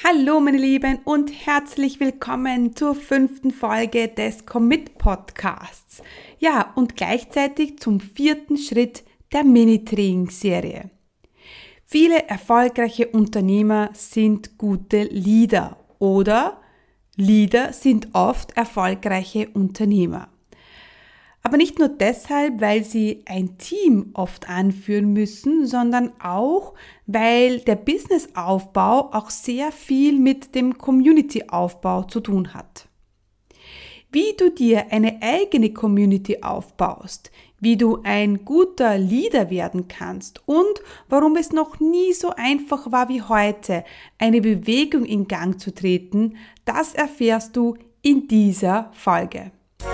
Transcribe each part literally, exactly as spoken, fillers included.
Hallo meine Lieben und herzlich willkommen zur fünften Folge des Commit Podcasts. Ja, und gleichzeitig zum vierten Schritt der Mini-Training-Serie. Viele erfolgreiche Unternehmer sind gute Leader oder Leader sind oft erfolgreiche Unternehmer. Aber nicht nur deshalb, weil sie ein Team oft anführen müssen, sondern auch, weil der Businessaufbau auch sehr viel mit dem Community-Aufbau zu tun hat. Wie du dir eine eigene Community aufbaust, wie du ein guter Leader werden kannst und warum es noch nie so einfach war wie heute, eine Bewegung in Gang zu treten, das erfährst du in dieser Folge.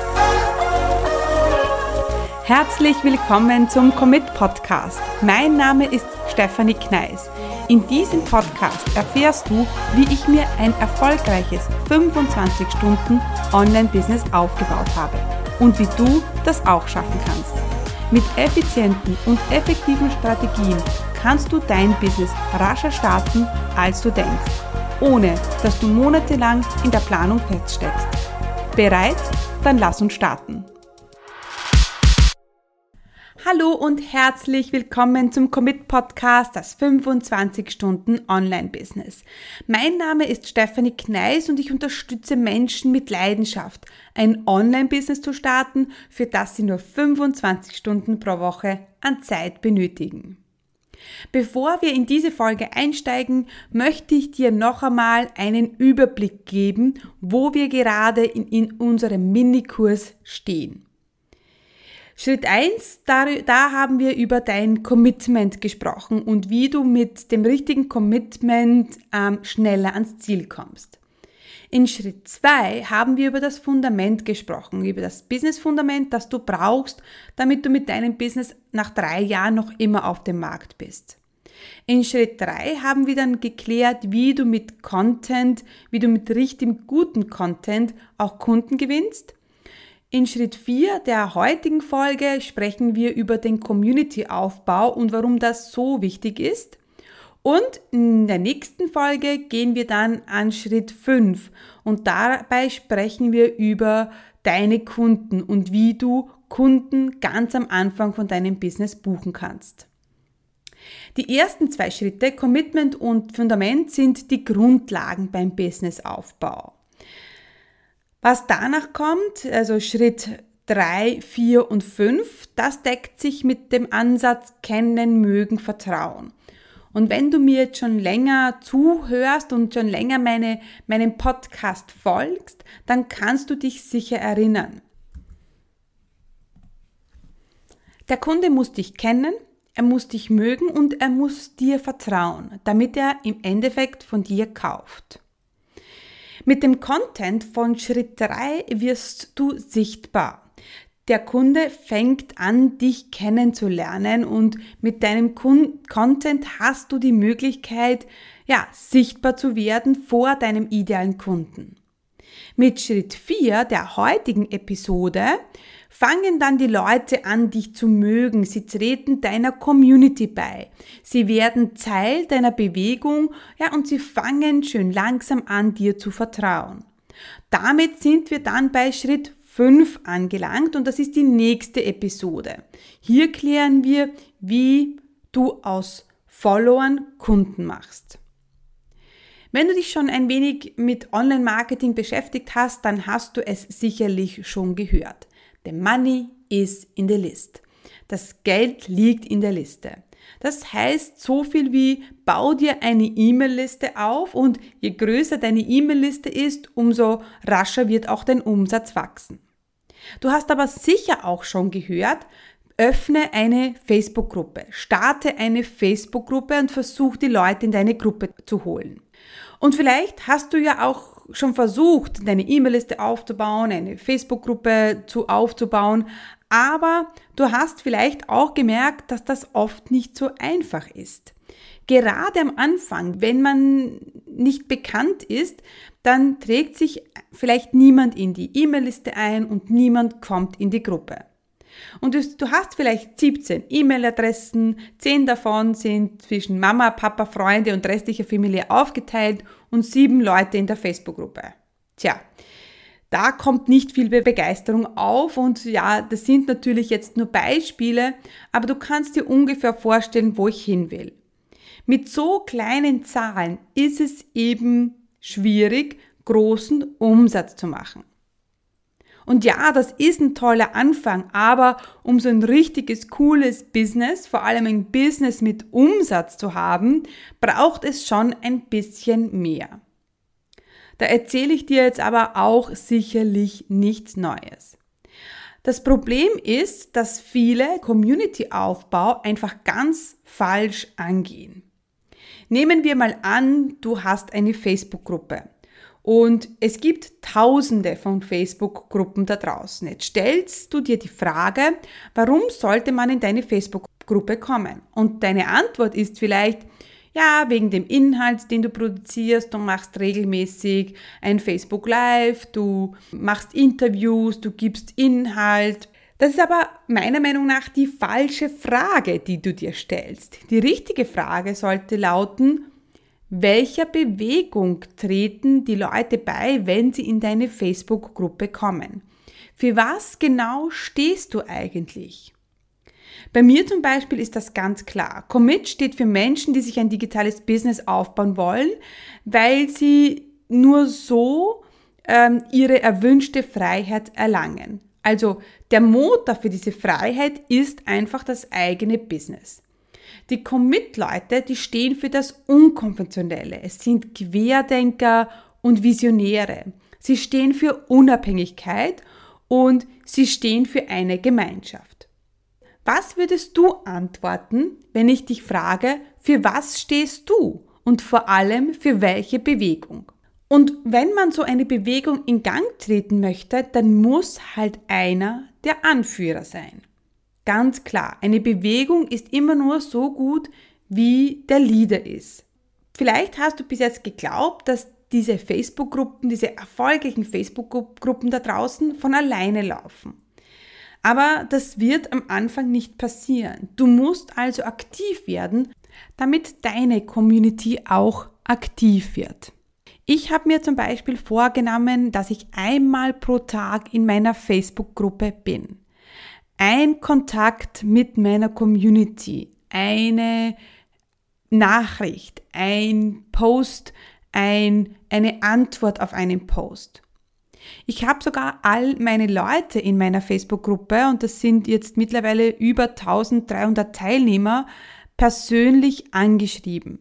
Herzlich willkommen zum Commit Podcast. Mein Name ist Stefanie Kneis. In diesem Podcast erfährst du, wie ich mir ein erfolgreiches fünfundzwanzig Stunden Online-Business aufgebaut habe und wie du das auch schaffen kannst. Mit effizienten und effektiven Strategien kannst du dein Business rascher starten, als du denkst, ohne dass du monatelang in der Planung feststeckst. Bereit? Dann lass uns starten. Hallo und herzlich willkommen zum Commit Podcast, das fünfundzwanzig Stunden Online-Business. Mein Name ist Stefanie Kneis und ich unterstütze Menschen mit Leidenschaft, ein Online-Business zu starten, für das sie nur fünfundzwanzig Stunden pro Woche an Zeit benötigen. Bevor wir in diese Folge einsteigen, möchte ich dir noch einmal einen Überblick geben, wo wir gerade in, in unserem Minikurs stehen. Schritt eins, da, da haben wir über dein Commitment gesprochen und wie du mit dem richtigen Commitment ähm, schneller ans Ziel kommst. In Schritt zwei haben wir über das Fundament gesprochen, über das Business-Fundament, das du brauchst, damit du mit deinem Business nach drei Jahren noch immer auf dem Markt bist. In Schritt drei haben wir dann geklärt, wie du mit Content, wie du mit richtig guten Content auch Kunden gewinnst. In Schritt vier der heutigen Folge sprechen wir über den Community-Aufbau und warum das so wichtig ist. Und in der nächsten Folge gehen wir dann an Schritt fünf und dabei sprechen wir über deine Kunden und wie du Kunden ganz am Anfang von deinem Business buchen kannst. Die ersten zwei Schritte, Commitment und Fundament, sind die Grundlagen beim Businessaufbau. Was danach kommt, also Schritt drei, vier und fünf, das deckt sich mit dem Ansatz Kennen, Mögen, Vertrauen. Und wenn du mir jetzt schon länger zuhörst und schon länger meine, meinem Podcast folgst, dann kannst du dich sicher erinnern. Der Kunde muss dich kennen, er muss dich mögen und er muss dir vertrauen, damit er im Endeffekt von dir kauft. Mit dem Content von Schritt drei wirst du sichtbar. Der Kunde fängt an, dich kennenzulernen und mit deinem Content hast du die Möglichkeit, ja, sichtbar zu werden vor deinem idealen Kunden. Mit Schritt vier der heutigen Episode fangen dann die Leute an, dich zu mögen. Sie treten deiner Community bei. Sie werden Teil deiner Bewegung, ja, und sie fangen schön langsam an, dir zu vertrauen. Damit sind wir dann bei Schritt fünf angelangt und das ist die nächste Episode. Hier klären wir, wie du aus Followern Kunden machst. Wenn du dich schon ein wenig mit Online-Marketing beschäftigt hast, dann hast du es sicherlich schon gehört. The money is in the list. Das Geld liegt in der Liste. Das heißt so viel wie, bau dir eine E-Mail-Liste auf und je größer deine E-Mail-Liste ist, umso rascher wird auch dein Umsatz wachsen. Du hast aber sicher auch schon gehört, öffne eine Facebook-Gruppe, starte eine Facebook-Gruppe und versuch die Leute in deine Gruppe zu holen. Und vielleicht hast du ja auch schon versucht, deine E-Mail-Liste aufzubauen, eine Facebook-Gruppe zu aufzubauen, aber du hast vielleicht auch gemerkt, dass das oft nicht so einfach ist. Gerade am Anfang, wenn man nicht bekannt ist, dann trägt sich vielleicht niemand in die E-Mail-Liste ein und niemand kommt in die Gruppe. Und du, du hast vielleicht siebzehn E-Mail-Adressen, zehn davon sind zwischen Mama, Papa, Freunde und restlicher Familie aufgeteilt und sieben Leute in der Facebook-Gruppe. Tja, da kommt nicht viel Begeisterung auf und ja, das sind natürlich jetzt nur Beispiele, aber du kannst dir ungefähr vorstellen, wo ich hin will. Mit so kleinen Zahlen ist es eben schwierig, großen Umsatz zu machen. Und ja, das ist ein toller Anfang, aber um so ein richtiges, cooles Business, vor allem ein Business mit Umsatz zu haben, braucht es schon ein bisschen mehr. Da erzähle ich dir jetzt aber auch sicherlich nichts Neues. Das Problem ist, dass viele Community-Aufbau einfach ganz falsch angehen. Nehmen wir mal an, du hast eine Facebook-Gruppe. Und es gibt tausende von Facebook-Gruppen da draußen. Jetzt stellst du dir die Frage, warum sollte man in deine Facebook-Gruppe kommen? Und deine Antwort ist vielleicht, ja, wegen dem Inhalt, den du produzierst, du machst regelmäßig ein Facebook Live, du machst Interviews, du gibst Inhalt. Das ist aber meiner Meinung nach die falsche Frage, die du dir stellst. Die richtige Frage sollte lauten, welcher Bewegung treten die Leute bei, wenn sie in deine Facebook-Gruppe kommen? Für was genau stehst du eigentlich? Bei mir zum Beispiel ist das ganz klar. Commit steht für Menschen, die sich ein digitales Business aufbauen wollen, weil sie nur so ähm, ihre erwünschte Freiheit erlangen. Also der Motor für diese Freiheit ist einfach das eigene Business. Die Commit-Leute, die stehen für das Unkonventionelle. Es sind Querdenker und Visionäre. Sie stehen für Unabhängigkeit und sie stehen für eine Gemeinschaft. Was würdest du antworten, wenn ich dich frage, für was stehst du und vor allem für welche Bewegung? Und wenn man so eine Bewegung in Gang treten möchte, dann muss halt einer der Anführer sein. Ganz klar, eine Bewegung ist immer nur so gut, wie der Leader ist. Vielleicht hast du bis jetzt geglaubt, dass diese Facebook-Gruppen, diese erfolgreichen Facebook-Gruppen da draußen von alleine laufen. Aber das wird am Anfang nicht passieren. Du musst also aktiv werden, damit deine Community auch aktiv wird. Ich habe mir zum Beispiel vorgenommen, dass ich einmal pro Tag in meiner Facebook-Gruppe bin. Ein Kontakt mit meiner Community, eine Nachricht, ein Post, ein, eine Antwort auf einen Post. Ich habe sogar all meine Leute in meiner Facebook-Gruppe, und das sind jetzt mittlerweile über dreizehnhundert Teilnehmer, persönlich angeschrieben.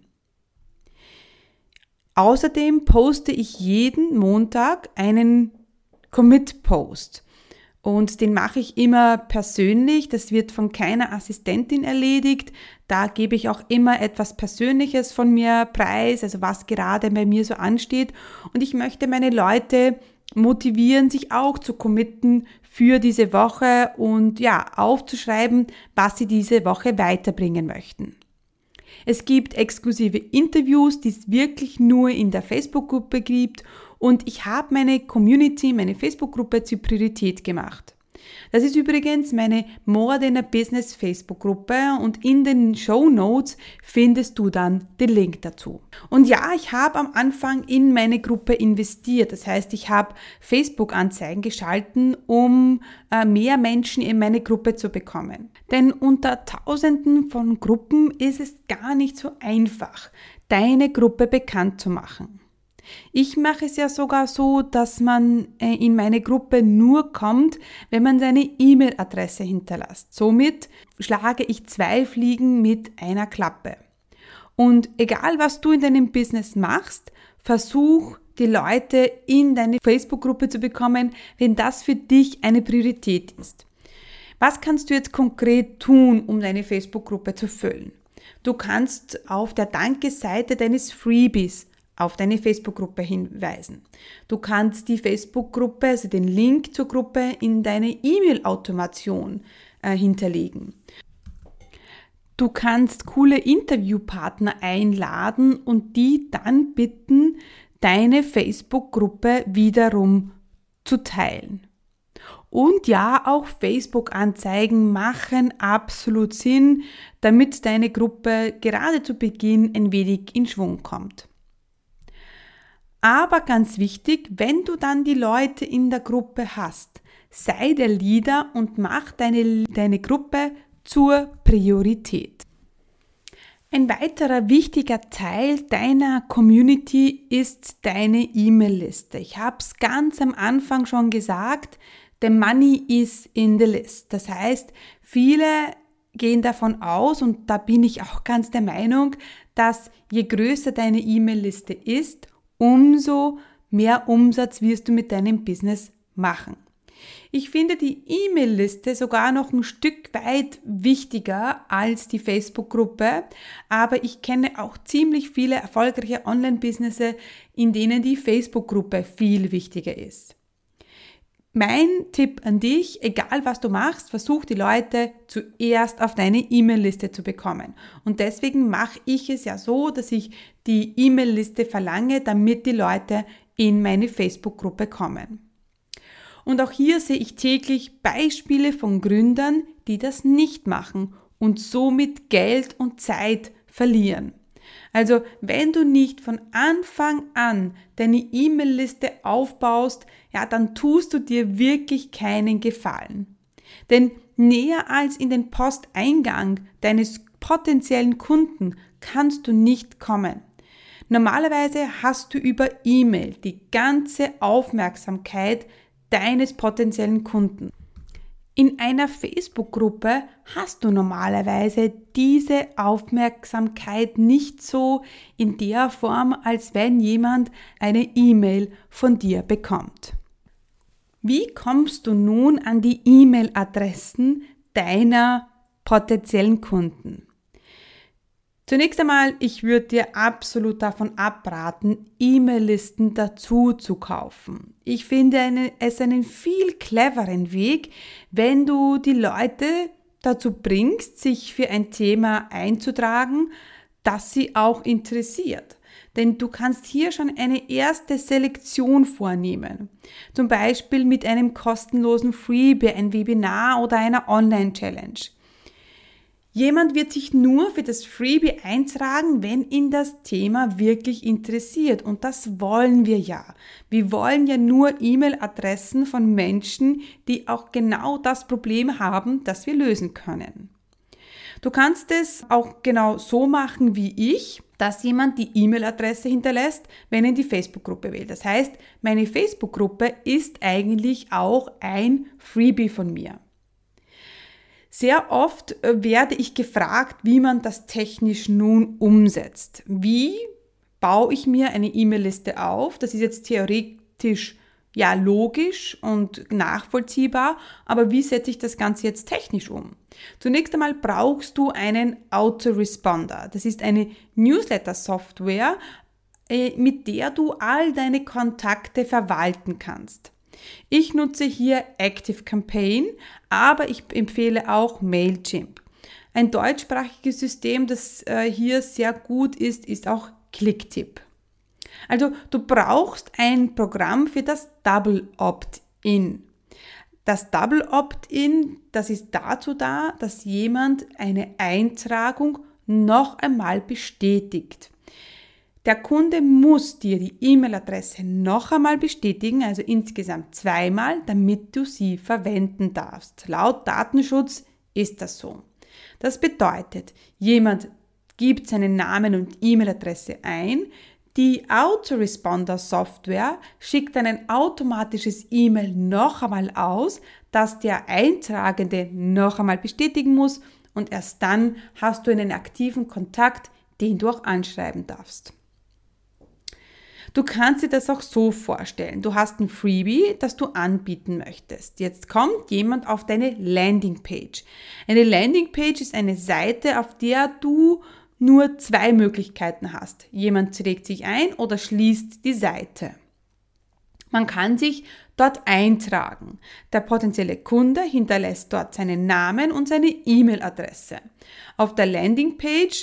Außerdem poste ich jeden Montag einen Commit-Post. Und den mache ich immer persönlich, das wird von keiner Assistentin erledigt. Da gebe ich auch immer etwas Persönliches von mir preis, also was gerade bei mir so ansteht. Und ich möchte meine Leute motivieren, sich auch zu committen für diese Woche und ja, aufzuschreiben, was sie diese Woche weiterbringen möchten. Es gibt exklusive Interviews, die es wirklich nur in der Facebook-Gruppe gibt. Und ich habe meine Community, meine Facebook-Gruppe zur Priorität gemacht. Das ist übrigens meine More Than a Business Facebook-Gruppe und in den Shownotes findest du dann den Link dazu. Und ja, ich habe am Anfang in meine Gruppe investiert. Das heißt, ich habe Facebook-Anzeigen geschalten, um äh, mehr Menschen in meine Gruppe zu bekommen. Denn unter Tausenden von Gruppen ist es gar nicht so einfach, deine Gruppe bekannt zu machen. Ich mache es ja sogar so, dass man in meine Gruppe nur kommt, wenn man seine E-Mail-Adresse hinterlässt. Somit schlage ich zwei Fliegen mit einer Klappe. Und egal, was du in deinem Business machst, versuch die Leute in deine Facebook-Gruppe zu bekommen, wenn das für dich eine Priorität ist. Was kannst du jetzt konkret tun, um deine Facebook-Gruppe zu füllen? Du kannst auf der Danke-Seite deines Freebies auf deine Facebook-Gruppe hinweisen. Du kannst die Facebook-Gruppe, also den Link zur Gruppe, in deine E-Mail-Automation äh, hinterlegen. Du kannst coole Interviewpartner einladen und die dann bitten, deine Facebook-Gruppe wiederum zu teilen. Und ja, auch Facebook-Anzeigen machen absolut Sinn, damit deine Gruppe gerade zu Beginn ein wenig in Schwung kommt. Aber ganz wichtig, wenn du dann die Leute in der Gruppe hast, sei der Leader und mach deine, deine Gruppe zur Priorität. Ein weiterer wichtiger Teil deiner Community ist deine E-Mail-Liste. Ich habe es ganz am Anfang schon gesagt, the money is in the list. Das heißt, viele gehen davon aus, und da bin ich auch ganz der Meinung, dass je größer deine E-Mail-Liste ist, umso mehr Umsatz wirst du mit deinem Business machen. Ich finde die E-Mail-Liste sogar noch ein Stück weit wichtiger als die Facebook-Gruppe, aber ich kenne auch ziemlich viele erfolgreiche Online-Businesses, in denen die Facebook-Gruppe viel wichtiger ist. Mein Tipp an dich, egal was du machst, versuch die Leute zuerst auf deine E-Mail-Liste zu bekommen. Und deswegen mache ich es ja so, dass ich die E-Mail-Liste verlange, damit die Leute in meine Facebook-Gruppe kommen. Und auch hier sehe ich täglich Beispiele von Gründern, die das nicht machen und somit Geld und Zeit verlieren. Also wenn du nicht von Anfang an deine E-Mail-Liste aufbaust, ja, dann tust du dir wirklich keinen Gefallen. Denn näher als in den Posteingang deines potenziellen Kunden kannst du nicht kommen. Normalerweise hast du über E-Mail die ganze Aufmerksamkeit deines potenziellen Kunden. In einer Facebook-Gruppe hast du normalerweise diese Aufmerksamkeit nicht so in der Form, als wenn jemand eine E-Mail von dir bekommt. Wie kommst du nun an die E-Mail-Adressen deiner potenziellen Kunden? Zunächst einmal, ich würde dir absolut davon abraten, E-Mail-Listen dazu zu kaufen. Ich finde eine, es einen viel cleveren Weg, wenn du die Leute dazu bringst, sich für ein Thema einzutragen, das sie auch interessiert. Denn du kannst hier schon eine erste Selektion vornehmen. Zum Beispiel mit einem kostenlosen Freebie, ein Webinar oder einer Online-Challenge. Jemand wird sich nur für das Freebie eintragen, wenn ihn das Thema wirklich interessiert. Und das wollen wir ja. Wir wollen ja nur E-Mail-Adressen von Menschen, die auch genau das Problem haben, das wir lösen können. Du kannst es auch genau so machen wie ich, dass jemand die E-Mail-Adresse hinterlässt, wenn er in die Facebook-Gruppe wählt. Das heißt, meine Facebook-Gruppe ist eigentlich auch ein Freebie von mir. Sehr oft werde ich gefragt, wie man das technisch nun umsetzt. Wie baue ich mir eine E-Mail-Liste auf? Das ist jetzt theoretisch ja logisch und nachvollziehbar, aber wie setze ich das Ganze jetzt technisch um? Zunächst einmal brauchst du einen Autoresponder. Das ist eine Newsletter-Software, mit der du all deine Kontakte verwalten kannst. Ich nutze hier ActiveCampaign, aber ich empfehle auch Mailchimp. Ein deutschsprachiges System, das äh, hier sehr gut ist, ist auch Clicktip. Also du brauchst ein Programm für das Double Opt-in. Das Double Opt-in, das ist dazu da, dass jemand eine Eintragung noch einmal bestätigt. Der Kunde muss dir die E-Mail-Adresse noch einmal bestätigen, also insgesamt zweimal, damit du sie verwenden darfst. Laut Datenschutz ist das so. Das bedeutet, jemand gibt seinen Namen und E-Mail-Adresse ein, die Autoresponder-Software schickt dann ein automatisches E-Mail noch einmal aus, das der Eintragende noch einmal bestätigen muss, und erst dann hast du einen aktiven Kontakt, den du auch anschreiben darfst. Du kannst dir das auch so vorstellen. Du hast ein Freebie, das du anbieten möchtest. Jetzt kommt jemand auf deine Landingpage. Eine Landingpage ist eine Seite, auf der du nur zwei Möglichkeiten hast. Jemand trägt sich ein oder schließt die Seite. Man kann sich dort eintragen. Der potenzielle Kunde hinterlässt dort seinen Namen und seine E-Mail-Adresse. Auf der Landingpage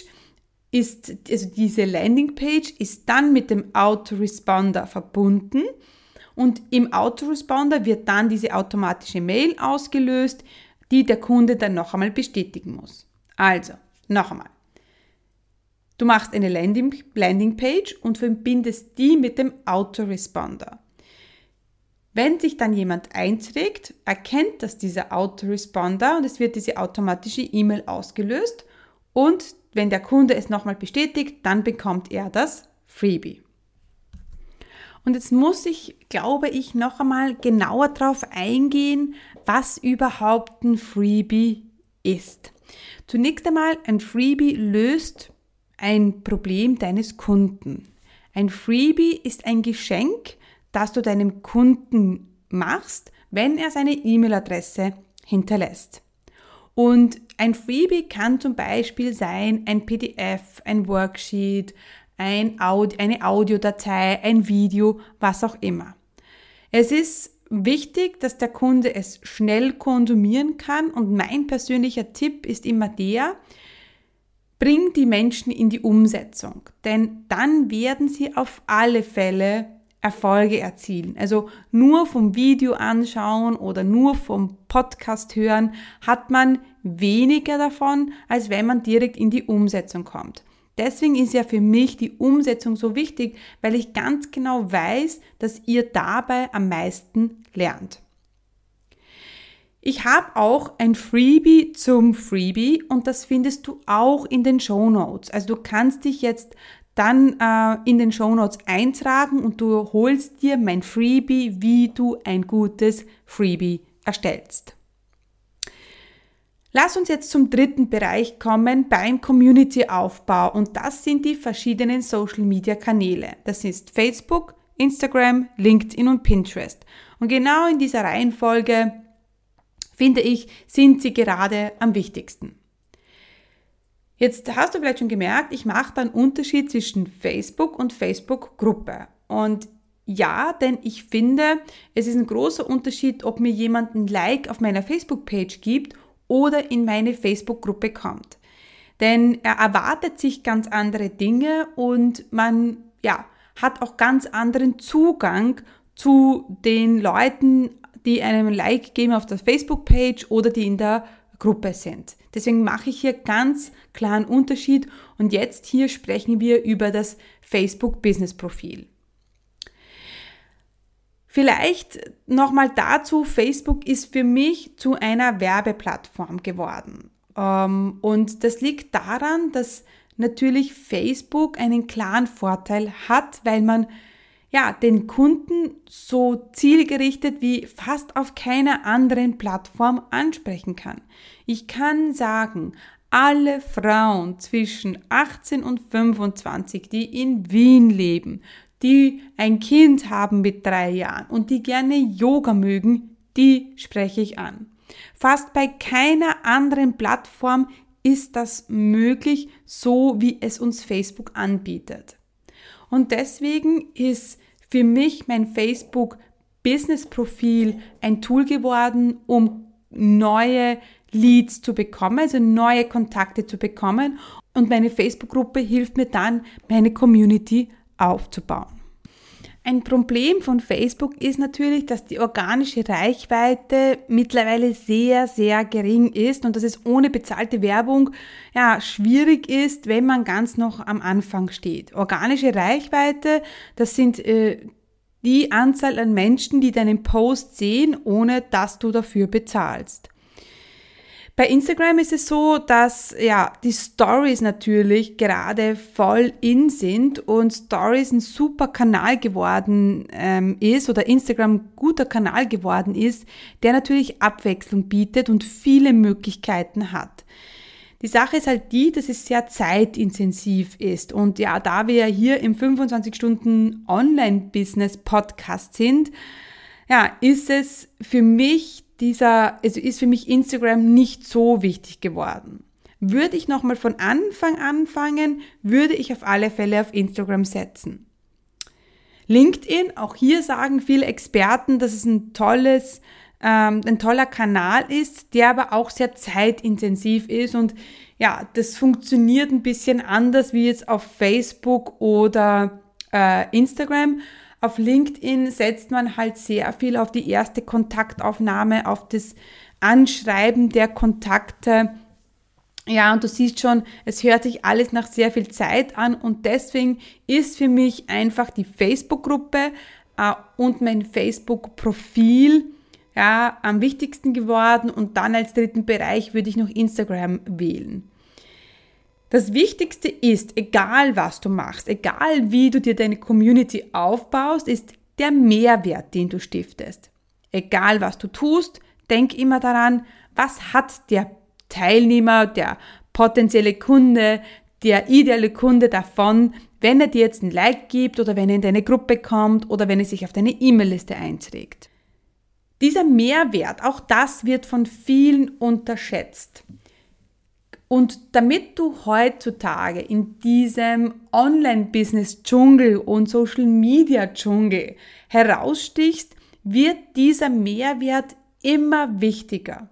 ist, also diese Landingpage ist dann mit dem Autoresponder verbunden und im Autoresponder wird dann diese automatische Mail ausgelöst, die der Kunde dann noch einmal bestätigen muss. Also, noch einmal. Du machst eine Landing, Landingpage und verbindest die mit dem Autoresponder. Wenn sich dann jemand einträgt, erkennt das dieser Autoresponder und es wird diese automatische E-Mail ausgelöst und wenn der Kunde es nochmal bestätigt, dann bekommt er das Freebie. Und jetzt muss ich, glaube ich, noch einmal genauer darauf eingehen, was überhaupt ein Freebie ist. Zunächst einmal, ein Freebie löst ein Problem deines Kunden. Ein Freebie ist ein Geschenk, das du deinem Kunden machst, wenn er seine E-Mail-Adresse hinterlässt. Und ein Freebie kann zum Beispiel sein ein P D F, ein Worksheet, ein Audio, eine Audiodatei, ein Video, was auch immer. Es ist wichtig, dass der Kunde es schnell konsumieren kann und mein persönlicher Tipp ist immer der, bring die Menschen in die Umsetzung, denn dann werden sie auf alle Fälle Erfolge erzielen. Also nur vom Video anschauen oder nur vom Podcast hören hat man weniger davon, als wenn man direkt in die Umsetzung kommt. Deswegen ist ja für mich die Umsetzung so wichtig, weil ich ganz genau weiß, dass ihr dabei am meisten lernt. Ich habe auch ein Freebie zum Freebie und das findest du auch in den Shownotes. Also du kannst dich jetzt dann äh, in den Shownotes eintragen und du holst dir mein Freebie, wie du ein gutes Freebie erstellst. Lass uns jetzt zum dritten Bereich kommen, beim Community-Aufbau und das sind die verschiedenen Social-Media-Kanäle. Das ist Facebook, Instagram, LinkedIn und Pinterest. Und genau in dieser Reihenfolge, finde ich, sind sie gerade am wichtigsten. Jetzt hast du vielleicht schon gemerkt, ich mache da einen Unterschied zwischen Facebook und Facebook-Gruppe. Und ja, denn ich finde, es ist ein großer Unterschied, ob mir jemand ein Like auf meiner Facebook-Page gibt oder in meine Facebook-Gruppe kommt. Denn er erwartet sich ganz andere Dinge und man ja, hat auch ganz anderen Zugang zu den Leuten, die einem Like geben auf der Facebook-Page oder die in der Gruppe sind. Deswegen mache ich hier ganz klar einen Unterschied und jetzt hier sprechen wir über das Facebook-Business-Profil. Vielleicht nochmal dazu, Facebook ist für mich zu einer Werbeplattform geworden. Und das liegt daran, dass natürlich Facebook einen klaren Vorteil hat, weil man ja, den Kunden so zielgerichtet wie fast auf keiner anderen Plattform ansprechen kann. Ich kann sagen, alle Frauen zwischen achtzehn und fünfundzwanzig, die in Wien leben, die ein Kind haben mit drei Jahren und die gerne Yoga mögen, die spreche ich an. Fast bei keiner anderen Plattform ist das möglich, so wie es uns Facebook anbietet. Und deswegen ist für mich mein Facebook-Business-Profil ein Tool geworden, um neue Leads zu bekommen, also neue Kontakte zu bekommen. Und meine Facebook-Gruppe hilft mir dann, meine Community aufzubauen. Ein Problem von Facebook ist natürlich, dass die organische Reichweite mittlerweile sehr, sehr gering ist und dass es ohne bezahlte Werbung ja schwierig ist, wenn man ganz noch am Anfang steht. Organische Reichweite, das sind äh, die Anzahl an Menschen, die deinen Post sehen, ohne dass du dafür bezahlst. Bei Instagram ist es so, dass ja die Stories natürlich gerade voll in sind und Stories ein super Kanal geworden ähm, ist oder Instagram ein guter Kanal geworden ist, der natürlich Abwechslung bietet und viele Möglichkeiten hat. Die Sache ist halt die, dass es sehr zeitintensiv ist und ja, da wir ja hier im fünfundzwanzig Stunden Online-Business-Podcast sind, ja, ist es für mich Dieser, also ist für mich Instagram nicht so wichtig geworden. Würde ich nochmal von Anfang anfangen, würde ich auf alle Fälle auf Instagram setzen. LinkedIn, auch hier sagen viele Experten, dass es ein tolles, ähm, ein toller Kanal ist, der aber auch sehr zeitintensiv ist und ja, das funktioniert ein bisschen anders wie jetzt auf Facebook oder äh, Instagram. Auf LinkedIn setzt man halt sehr viel auf die erste Kontaktaufnahme, auf das Anschreiben der Kontakte. Ja, und du siehst schon, es hört sich alles nach sehr viel Zeit an und deswegen ist für mich einfach die Facebook-Gruppe äh, und mein Facebook-Profil ja, am wichtigsten geworden und dann als dritten Bereich würde ich noch Instagram wählen. Das Wichtigste ist, egal was du machst, egal wie du dir deine Community aufbaust, ist der Mehrwert, den du stiftest. Egal was du tust, denk immer daran, was hat der Teilnehmer, der potenzielle Kunde, der ideale Kunde davon, wenn er dir jetzt ein Like gibt oder wenn er in deine Gruppe kommt oder wenn er sich auf deine E-Mail-Liste einträgt. Dieser Mehrwert, auch das wird von vielen unterschätzt. Und damit du heutzutage in diesem Online-Business-Dschungel und Social-Media-Dschungel herausstichst, wird dieser Mehrwert immer wichtiger.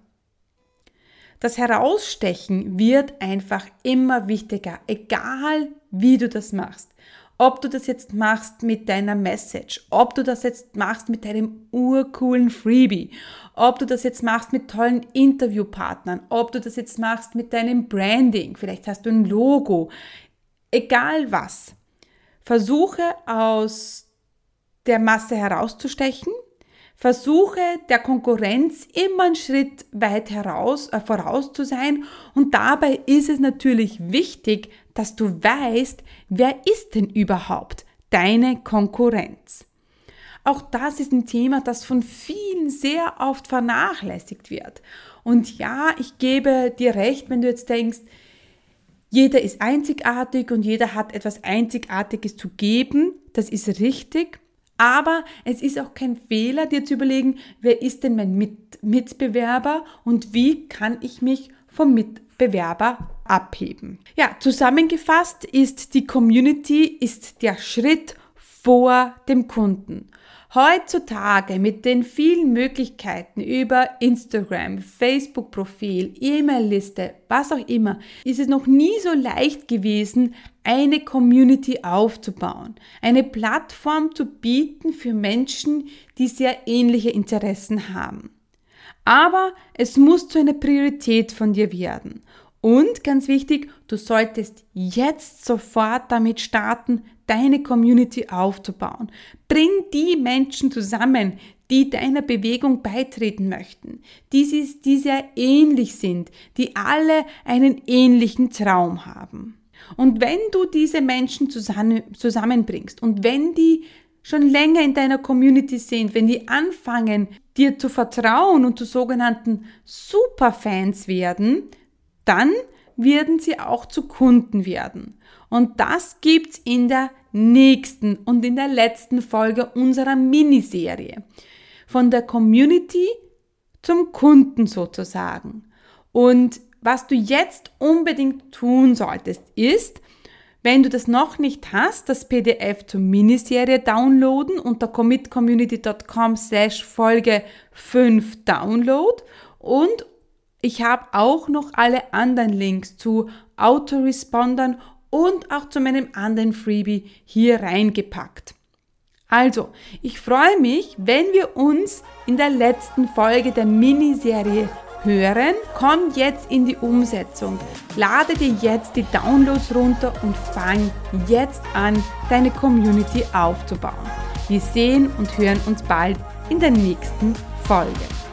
Das Herausstechen wird einfach immer wichtiger, egal wie du das machst. Ob du das jetzt machst mit deiner Message, ob du das jetzt machst mit deinem urcoolen Freebie, ob du das jetzt machst mit tollen Interviewpartnern, ob du das jetzt machst mit deinem Branding, vielleicht hast du ein Logo, egal was. Versuche aus der Masse herauszustechen, versuche der Konkurrenz immer einen Schritt weit heraus, äh, voraus zu sein und dabei ist es natürlich wichtig, dass du weißt, wer ist denn überhaupt deine Konkurrenz. Auch das ist ein Thema, das von vielen sehr oft vernachlässigt wird. Und ja, ich gebe dir recht, wenn du jetzt denkst, jeder ist einzigartig und jeder hat etwas Einzigartiges zu geben. Das ist richtig. Aber es ist auch kein Fehler, dir zu überlegen, wer ist denn mein Mit- Mitbewerber und wie kann ich mich vom Mitbewerber abheben. Ja, zusammengefasst ist die Community ist der Schritt vor dem Kunden. Heutzutage mit den vielen Möglichkeiten über Instagram, Facebook-Profil, E-Mail-Liste, was auch immer, ist es noch nie so leicht gewesen, eine Community aufzubauen, eine Plattform zu bieten für Menschen, die sehr ähnliche Interessen haben. Aber es muss zu einer Priorität von dir werden. Und ganz wichtig, du solltest jetzt sofort damit starten, deine Community aufzubauen. Bring die Menschen zusammen, die deiner Bewegung beitreten möchten, die, die sehr ähnlich sind, die alle einen ähnlichen Traum haben. Und wenn du diese Menschen zusammen, zusammenbringst und wenn die schon länger in deiner Community sind, wenn die anfangen, dir zu vertrauen und zu sogenannten Superfans werden, dann werden sie auch zu Kunden werden. Und das gibt's in der nächsten und in der letzten Folge unserer Miniserie. Von der Community zum Kunden sozusagen. Und was du jetzt unbedingt tun solltest, ist, wenn du das noch nicht hast, das P D F zur Miniserie downloaden unter commitcommunity dot com slash Folge fünf Download und ich habe auch noch alle anderen Links zu Autorespondern und auch zu meinem anderen Freebie hier reingepackt. Also, ich freue mich, wenn wir uns in der letzten Folge der Miniserie hören. Komm jetzt in die Umsetzung. Lade dir jetzt die Downloads runter und fang jetzt an, deine Community aufzubauen. Wir sehen und hören uns bald in der nächsten Folge.